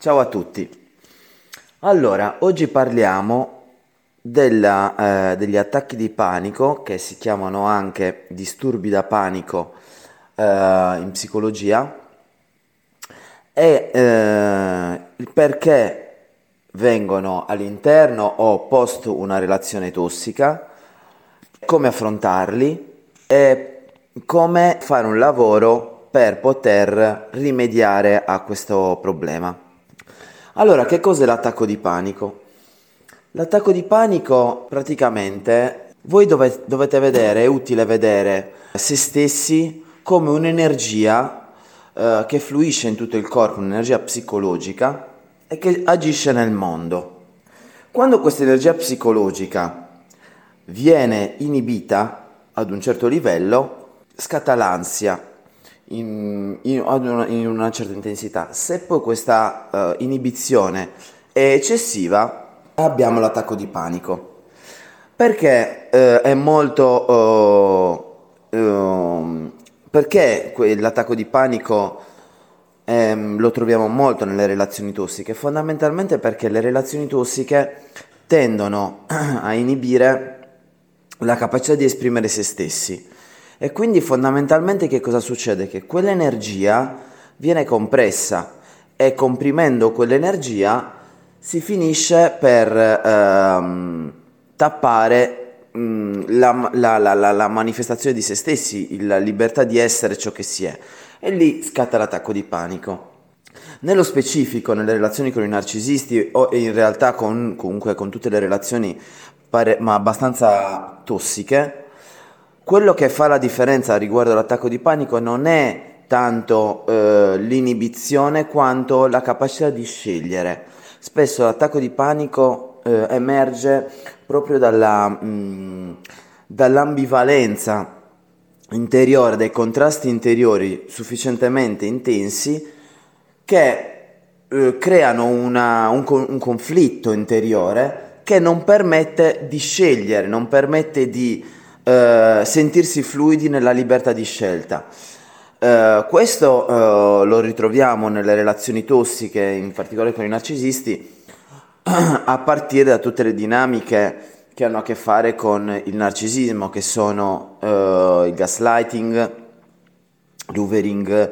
Ciao a tutti. Allora, oggi parliamo degli attacchi di panico, che si chiamano anche disturbi da panico in psicologia, e il perché vengono all'interno o post una relazione tossica, come affrontarli e come fare un lavoro per poter rimediare a questo problema. Allora, che cos'è l'attacco di panico? L'attacco di panico praticamente voi dovete vedere, è utile vedere se stessi come un'energia che fluisce in tutto il corpo, un'energia psicologica e che agisce nel mondo. Quando questa energia psicologica viene inibita ad un certo livello, scatta l'ansia in una certa intensità. Se poi questa inibizione è eccessiva, abbiamo l'attacco di panico. Perché è molto... perché l'attacco di panico lo troviamo molto nelle relazioni tossiche? Fondamentalmente perché le relazioni tossiche tendono a inibire la capacità di esprimere se stessi. E quindi fondamentalmente che cosa succede? Che quell'energia viene compressa e comprimendo quell'energia si finisce per tappare la manifestazione di se stessi, la libertà di essere ciò che si è. E lì scatta l'attacco di panico. Nello specifico, nelle relazioni con i narcisisti o in realtà comunque con tutte le relazioni ma abbastanza tossiche, quello che fa la differenza riguardo all'attacco di panico non è tanto l'inibizione quanto la capacità di scegliere. Spesso l'attacco di panico emerge proprio dall'ambivalenza interiore, dai contrasti interiori sufficientemente intensi che creano un conflitto interiore che non permette di scegliere, non permette di sentirsi fluidi nella libertà di scelta. Questo lo ritroviamo nelle relazioni tossiche, in particolare con i narcisisti, a partire da tutte le dinamiche che hanno a che fare con il narcisismo, che sono il gaslighting, l'hoovering,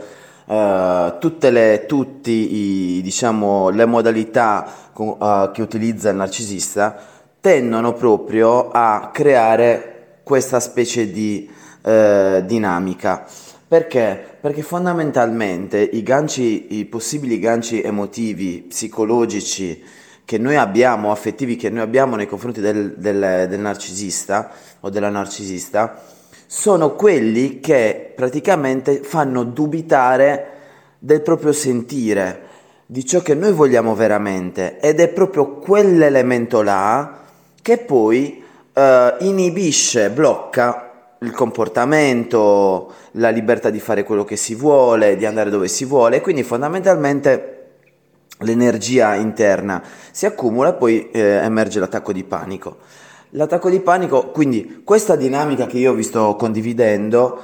diciamo, le modalità che utilizza il narcisista tendono proprio a creare questa specie di dinamica. Perché? Perché fondamentalmente i possibili ganci emotivi, psicologici che noi abbiamo, affettivi che noi abbiamo nei confronti del narcisista o della narcisista, sono quelli che praticamente fanno dubitare del proprio sentire, di ciò che noi vogliamo veramente, ed è proprio quell'elemento là che poi inibisce, blocca il comportamento, la libertà di fare quello che si vuole, di andare dove si vuole, e quindi fondamentalmente l'energia interna si accumula e poi emerge l'attacco di panico. L'attacco di panico, quindi questa dinamica che io vi sto condividendo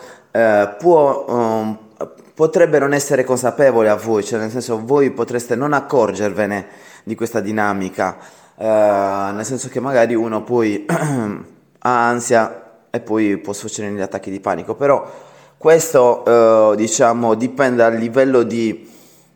potrebbe non essere consapevole a voi, cioè nel senso voi potreste non accorgervene di questa dinamica, nel senso che magari uno poi ha ansia e poi può sfociare negli attacchi di panico, però questo diciamo dipende dal livello di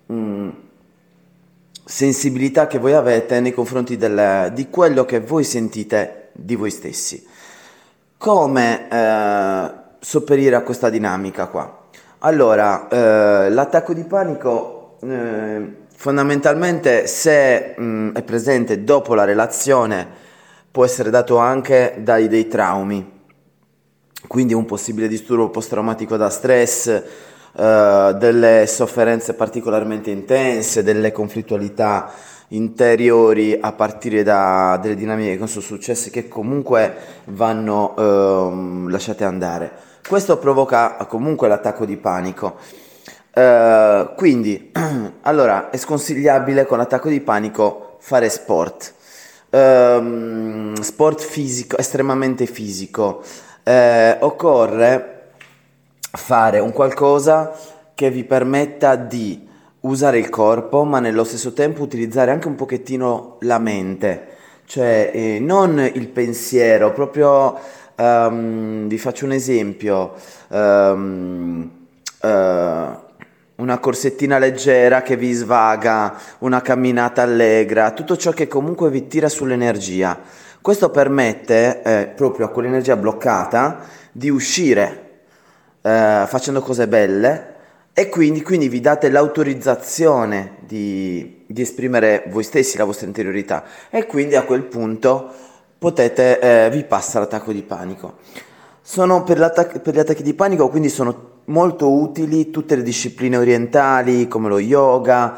sensibilità che voi avete nei confronti di quello che voi sentite di voi stessi. Come sopperire a questa dinamica qua? Allora, l'attacco di panico fondamentalmente se è presente dopo la relazione può essere dato anche dei traumi, quindi un possibile disturbo post-traumatico da stress, delle sofferenze particolarmente intense, delle conflittualità interiori a partire da delle dinamiche che sono successe che comunque vanno lasciate andare. Questo provoca comunque l'attacco di panico. Quindi, allora, è sconsigliabile con l'attacco di panico fare sport. Sport fisico, estremamente fisico. Occorre fare un qualcosa che vi permetta di usare il corpo, ma nello stesso tempo utilizzare anche un pochettino la mente, cioè non il pensiero, proprio vi faccio un esempio, ehm, eh, una corsettina leggera che vi svaga, una camminata allegra, tutto ciò che comunque vi tira sull'energia. Questo permette proprio a quell'energia bloccata di uscire facendo cose belle e quindi vi date l'autorizzazione di esprimere voi stessi, la vostra interiorità e quindi a quel punto vi passa l'attacco di panico. Per gli attacchi di panico quindi sono molto utili tutte le discipline orientali come lo yoga,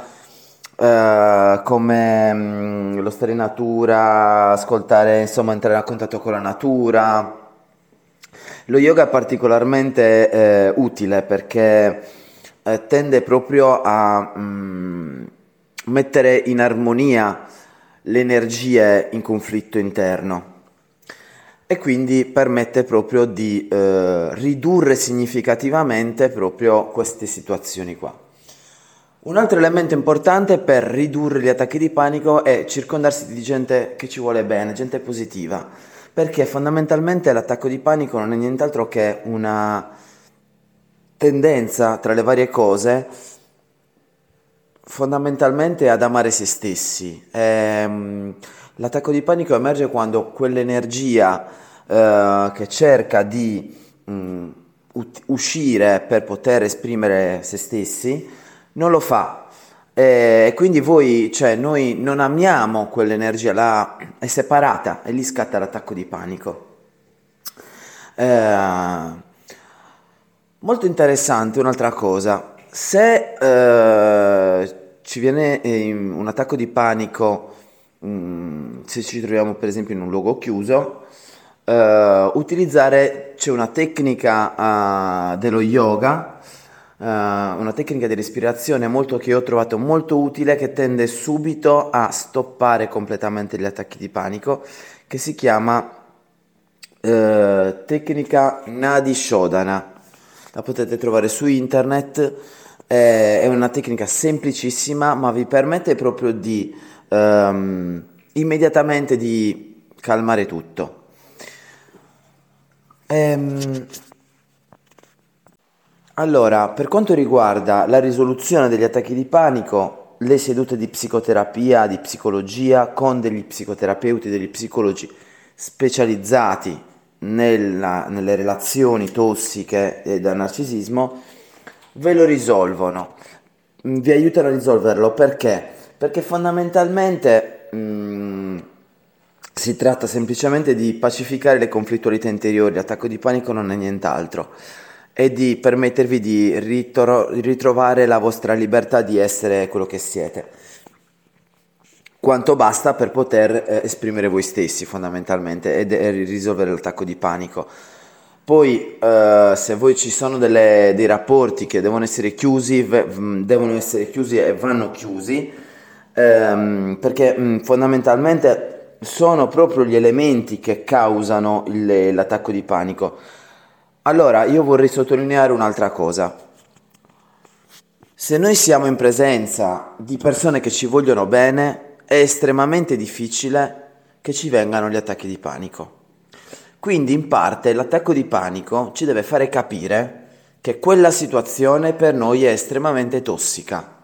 come lo stare in natura, ascoltare, insomma, entrare a contatto con la natura. Lo yoga è particolarmente utile perché tende proprio a mettere in armonia le energie in conflitto interno e quindi permette proprio di ridurre significativamente proprio queste situazioni qua. Un altro elemento importante per ridurre gli attacchi di panico è circondarsi di gente che ci vuole bene, gente positiva, perché fondamentalmente l'attacco di panico non è nient'altro che una tendenza tra le varie cose fondamentalmente ad amare se stessi. L'attacco di panico emerge quando quell'energia che cerca di uscire per poter esprimere se stessi non lo fa. E quindi noi non amiamo quell'energia là, è separata e lì scatta l'attacco di panico. Molto interessante un'altra cosa, se ci viene un attacco di panico, se ci troviamo per esempio in un luogo chiuso, c'è una tecnica dello yoga, una tecnica di respirazione che io ho trovato molto utile, che tende subito a stoppare completamente gli attacchi di panico, che si chiama tecnica Nadi Shodhana. La potete trovare su internet, è una tecnica semplicissima ma vi permette proprio di immediatamente di calmare tutto. Allora, per quanto riguarda la risoluzione degli attacchi di panico, le sedute di psicoterapia, di psicologia con degli psicoterapeuti, degli psicologi specializzati nelle relazioni tossiche e dal narcisismo, ve lo risolvono, vi aiutano a risolverlo perché? Perché fondamentalmente si tratta semplicemente di pacificare le conflittualità interiori, l'attacco di panico non è nient'altro, e di permettervi di ritrovare la vostra libertà di essere quello che siete. Quanto basta per poter esprimere voi stessi fondamentalmente e risolvere l'attacco di panico. Poi se voi ci sono dei rapporti che devono essere chiusi e vanno chiusi perché fondamentalmente sono proprio gli elementi che causano l'attacco di panico. Allora io vorrei sottolineare un'altra cosa. Se noi siamo in presenza di persone che ci vogliono bene, è estremamente difficile che ci vengano gli attacchi di panico. Quindi in parte l'attacco di panico ci deve fare capire che quella situazione per noi è estremamente tossica.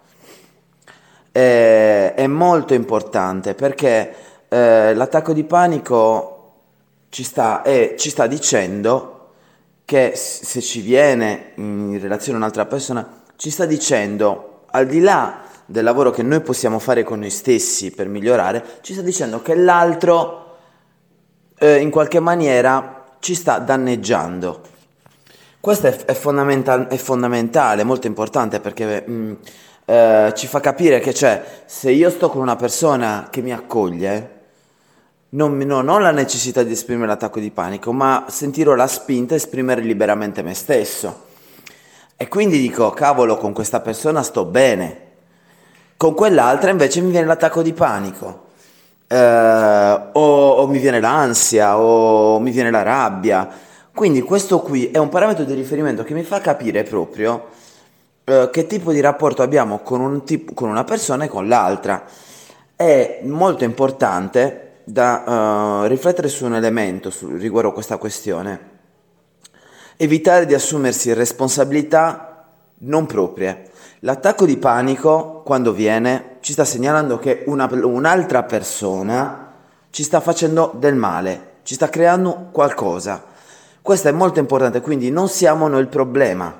È molto importante perché l'attacco di panico ci sta dicendo che se ci viene in relazione a un'altra persona, ci sta dicendo, al di là del lavoro che noi possiamo fare con noi stessi per migliorare, ci sta dicendo che l'altro in qualche maniera ci sta danneggiando. Questo è fondamentale, molto importante perché ci fa capire che se io sto con una persona che mi accoglie, non ho la necessità di esprimere l'attacco di panico, ma sentirò la spinta a esprimere liberamente me stesso. E quindi dico, cavolo, con questa persona sto bene. Con quell'altra invece mi viene l'attacco di panico. O mi viene l'ansia, o mi viene la rabbia. Quindi questo qui è un parametro di riferimento che mi fa capire proprio che tipo di rapporto abbiamo con una persona e con l'altra. È molto importante da riflettere su un elemento riguardo questa questione. Evitare di assumersi responsabilità non proprie. L'attacco di panico, quando viene, ci sta segnalando che un'altra persona ci sta facendo del male, ci sta creando qualcosa. Questo è molto importante, quindi non siamo noi il problema.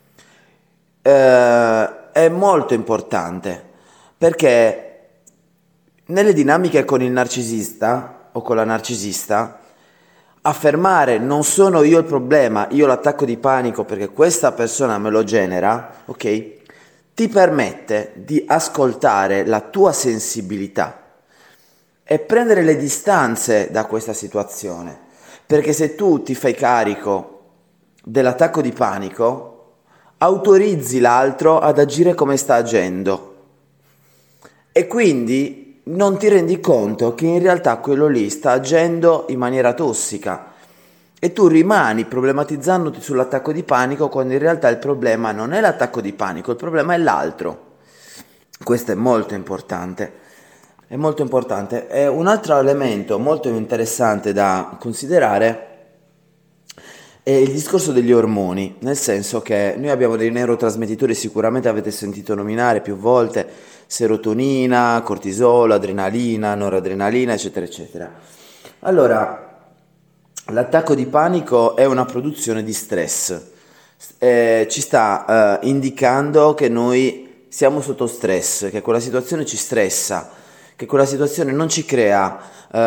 È molto importante perché nelle dinamiche con il narcisista o con la narcisista, affermare non sono io il problema, io l'attacco di panico perché questa persona me lo genera, ok? Ti permette di ascoltare la tua sensibilità e prendere le distanze da questa situazione. Perché se tu ti fai carico dell'attacco di panico, autorizzi l'altro ad agire come sta agendo e quindi non ti rendi conto che in realtà quello lì sta agendo in maniera tossica e tu rimani problematizzandoti sull'attacco di panico quando in realtà il problema non è l'attacco di panico, il problema è l'altro. Questo è molto importante. È molto importante. E un altro elemento molto interessante da considerare è il discorso degli ormoni, nel senso che noi abbiamo dei neurotrasmettitori, sicuramente avete sentito nominare più volte, serotonina, cortisolo, adrenalina, noradrenalina, eccetera, eccetera. Allora, l'attacco di panico è una produzione di stress, ci sta indicando che noi siamo sotto stress, che quella situazione ci stressa, che quella situazione non ci crea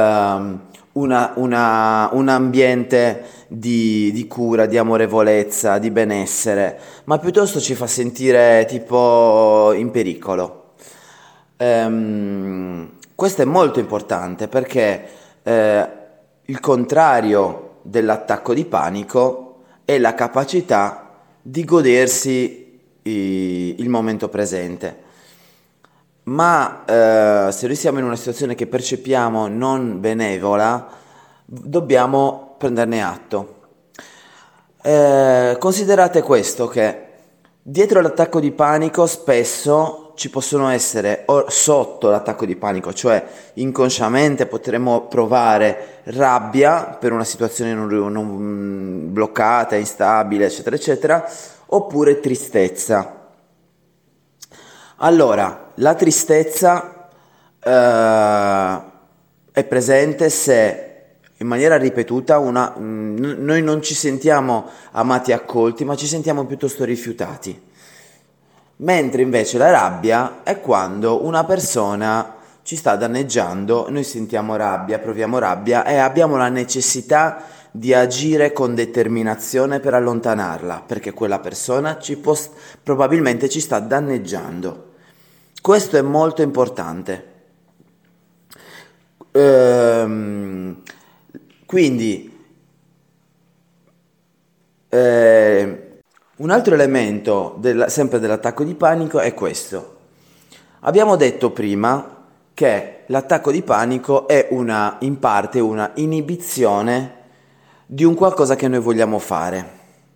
un ambiente di cura, di amorevolezza, di benessere, ma piuttosto ci fa sentire tipo in pericolo. Questo è molto importante perché il contrario dell'attacco di panico è la capacità di godersi il momento presente. Ma se noi siamo in una situazione che percepiamo non benevola, dobbiamo prenderne atto. Considerate questo, che dietro l'attacco di panico spesso ci possono essere, o sotto l'attacco di panico, cioè inconsciamente potremmo provare rabbia per una situazione non bloccata, instabile, eccetera, eccetera, oppure tristezza. Allora, la tristezza è presente se in maniera ripetuta noi non ci sentiamo amati e accolti, ma ci sentiamo piuttosto rifiutati. Mentre invece la rabbia è quando una persona ci sta danneggiando, noi sentiamo rabbia, proviamo rabbia e abbiamo la necessità di agire con determinazione per allontanarla, perché quella persona probabilmente ci sta danneggiando. Questo è molto importante. Quindi un altro elemento sempre dell'attacco di panico è questo. Abbiamo detto prima che l'attacco di panico è in parte una inibizione di un qualcosa che noi vogliamo fare.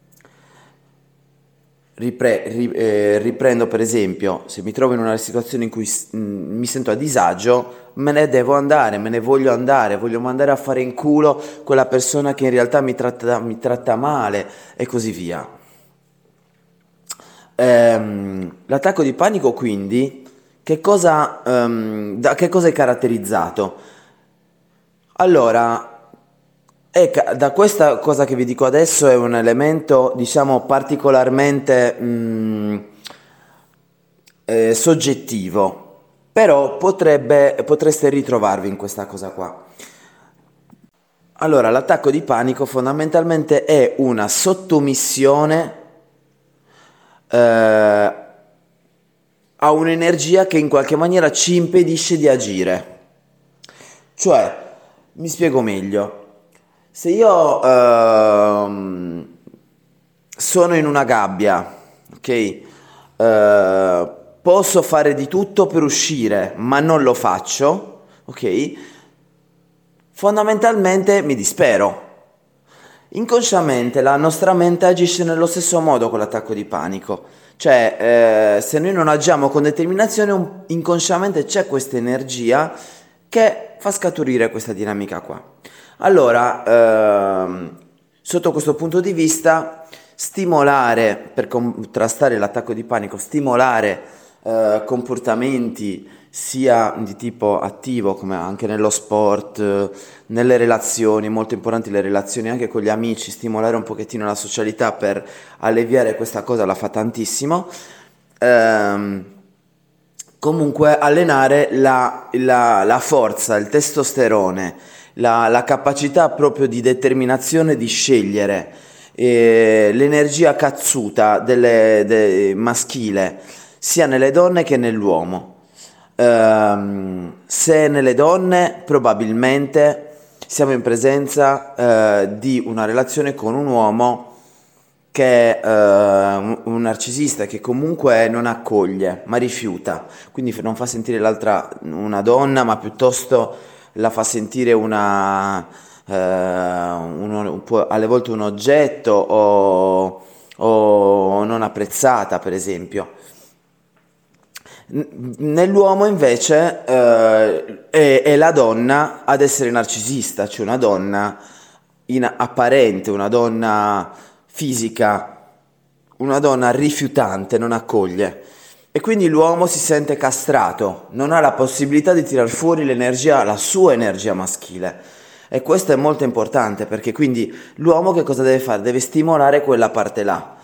Riprendo per esempio, se mi trovo in una situazione in cui mi sento a disagio, me ne devo andare, me ne voglio mandare a fare in culo quella persona che in realtà mi tratta male e così via. L'attacco di panico quindi, da che cosa è caratterizzato? Allora, da questa cosa che vi dico adesso è un elemento, diciamo, particolarmente soggettivo, però potreste ritrovarvi in questa cosa qua. Allora, l'attacco di panico fondamentalmente è una sottomissione a un'energia che in qualche maniera ci impedisce di agire. Cioè, mi spiego meglio. Se io sono in una gabbia, ok? Posso fare di tutto per uscire, ma non lo faccio, ok? Fondamentalmente mi dispero. Inconsciamente la nostra mente agisce nello stesso modo con l'attacco di panico. Cioè, se noi non agiamo con determinazione, inconsciamente c'è questa energia che fa scaturire questa dinamica qua. Allora, sotto questo punto di vista, stimolare per contrastare l'attacco di panico, stimolare comportamenti sia di tipo attivo come anche nello sport, nelle relazioni, molto importanti le relazioni anche con gli amici, stimolare un pochettino la socialità per alleviare questa cosa la fa tantissimo. Comunque allenare la forza, il testosterone, la capacità proprio di determinazione di scegliere, l'energia cazzuta maschile sia nelle donne che nell'uomo. Se nelle donne probabilmente siamo in presenza di una relazione con un uomo che è un narcisista che comunque non accoglie ma rifiuta, quindi non fa sentire l'altra una donna ma piuttosto la fa sentire alle volte un oggetto o non apprezzata, per esempio. Nell'uomo invece è la donna ad essere narcisista, cioè una donna apparente, una donna fisica, una donna rifiutante, non accoglie. E quindi l'uomo si sente castrato, non ha la possibilità di tirar fuori l'energia, la sua energia maschile. E questo è molto importante perché quindi l'uomo che cosa deve fare? Deve stimolare quella parte là.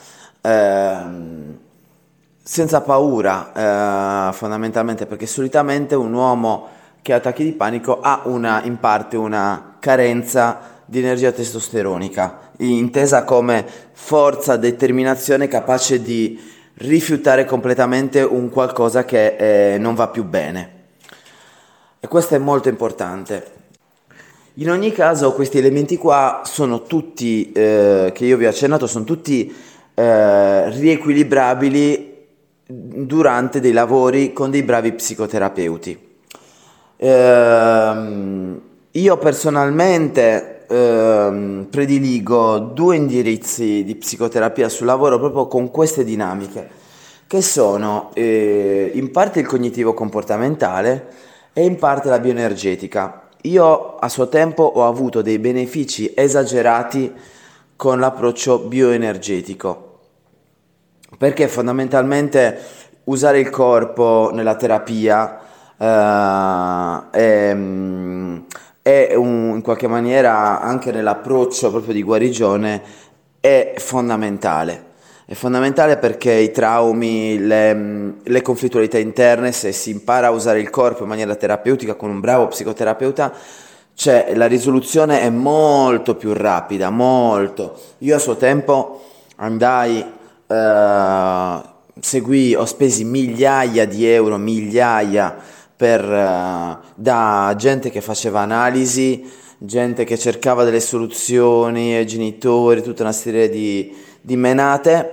Senza paura, fondamentalmente, perché solitamente un uomo che ha attacchi di panico ha in parte una carenza di energia testosteronica, intesa come forza, determinazione capace di rifiutare completamente un qualcosa che non va più bene. E questo è molto importante. In ogni caso questi elementi qua sono tutti, che io vi ho accennato, sono tutti riequilibrabili durante dei lavori con dei bravi psicoterapeuti. Io personalmente prediligo 2 indirizzi di psicoterapia sul lavoro proprio con queste dinamiche, che sono in parte il cognitivo comportamentale e in parte la bioenergetica. Io a suo tempo ho avuto dei benefici esagerati con l'approccio bioenergetico, perché fondamentalmente usare il corpo nella terapia in qualche maniera anche nell'approccio proprio di guarigione è fondamentale. È fondamentale perché i traumi, le conflittualità interne, se si impara a usare il corpo in maniera terapeutica con un bravo psicoterapeuta, cioè la risoluzione è molto più rapida, molto. Io a suo tempo andai, ho spesi migliaia di euro, da gente che faceva analisi, gente che cercava delle soluzioni, genitori, tutta una serie di menate.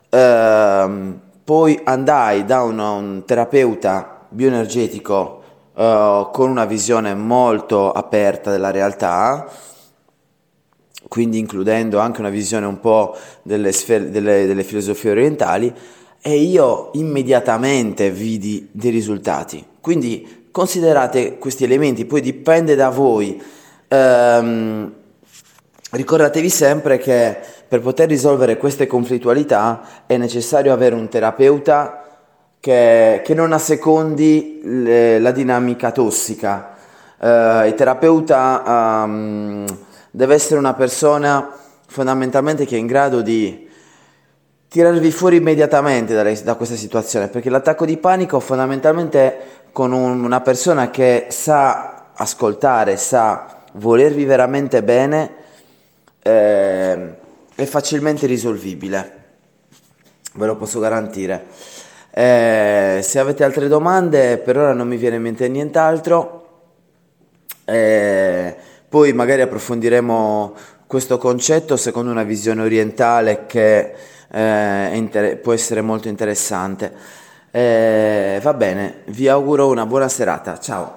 Poi andai da un terapeuta bioenergetico con una visione molto aperta della realtà, quindi includendo anche una visione un po' delle filosofie orientali, e io immediatamente vidi dei risultati. Quindi considerate questi elementi, poi dipende da voi. Ricordatevi sempre che per poter risolvere queste conflittualità è necessario avere un terapeuta che non assecondi la dinamica tossica. Il terapeuta deve essere una persona fondamentalmente che è in grado di tirarvi fuori immediatamente da questa situazione, perché l'attacco di panico fondamentalmente con una persona che sa ascoltare, sa volervi veramente bene, è facilmente risolvibile, ve lo posso garantire. Se avete altre domande, per ora non mi viene in mente nient'altro. Poi magari approfondiremo questo concetto secondo una visione orientale che può essere molto interessante. Va bene, vi auguro una buona serata. Ciao.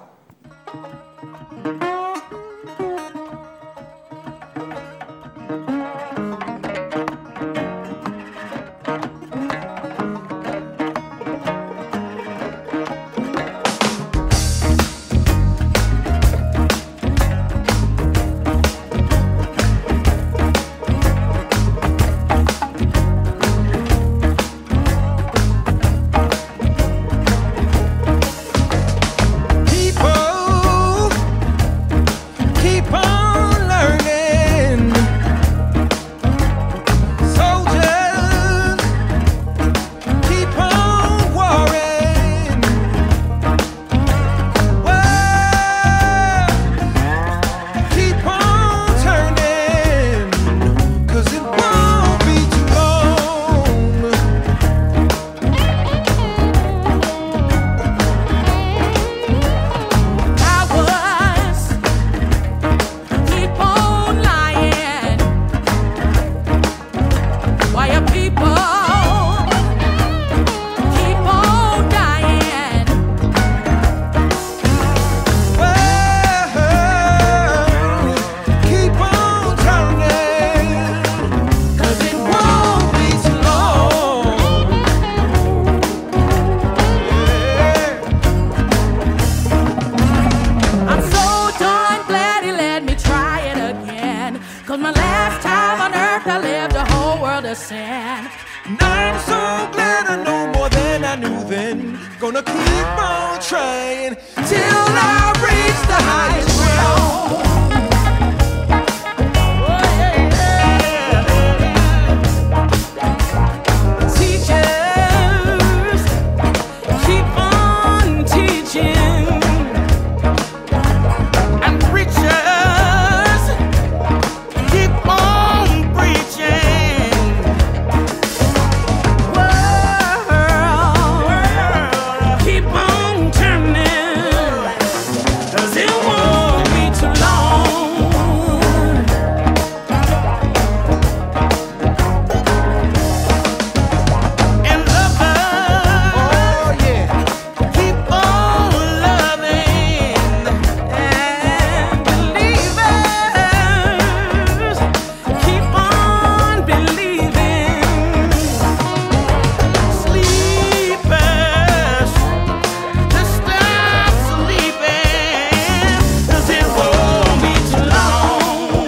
'Cause my last time on earth I lived the whole world of sin. I'm so glad I know more than I knew then. Gonna keep on trying till I reach the highest ground. Teachers, keep on teaching. And preachers, keep on preaching. World, keep on turning, 'cause it won't be too long. And lovers, Oh yeah, keep on loving. And believers, keep on believing. Sleepers, just stop sleeping, 'cause it won't be too long.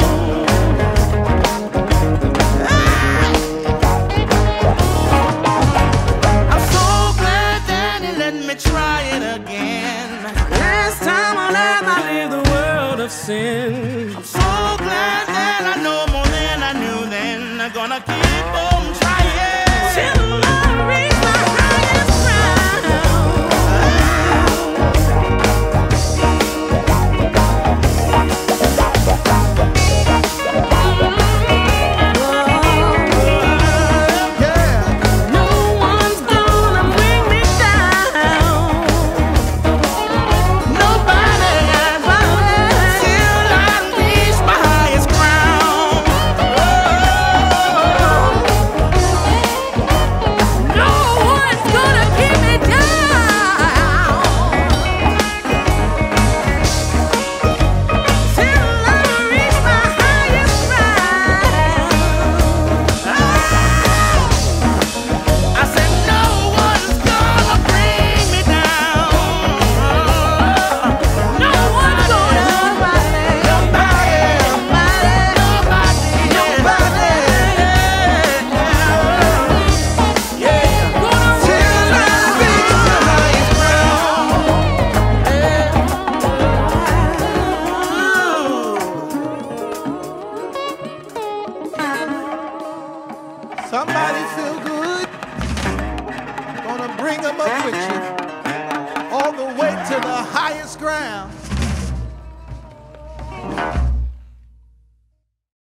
I'm so glad that he let me try it again. Last time on earth I lived the world of sin. I'm so glad that I know more than I knew then. I'm gonna keep on trying till I reach my highest ground. yeah. No one's gonna bring me down. Nobody till I reach my highest ground. No one's gonna keep me down till I reach my highest ground. I said no one's gonna bring me down. No one's gonna Till I reach the highest ground. Somebody feel good. Gonna bring them up with you all the way to the highest ground.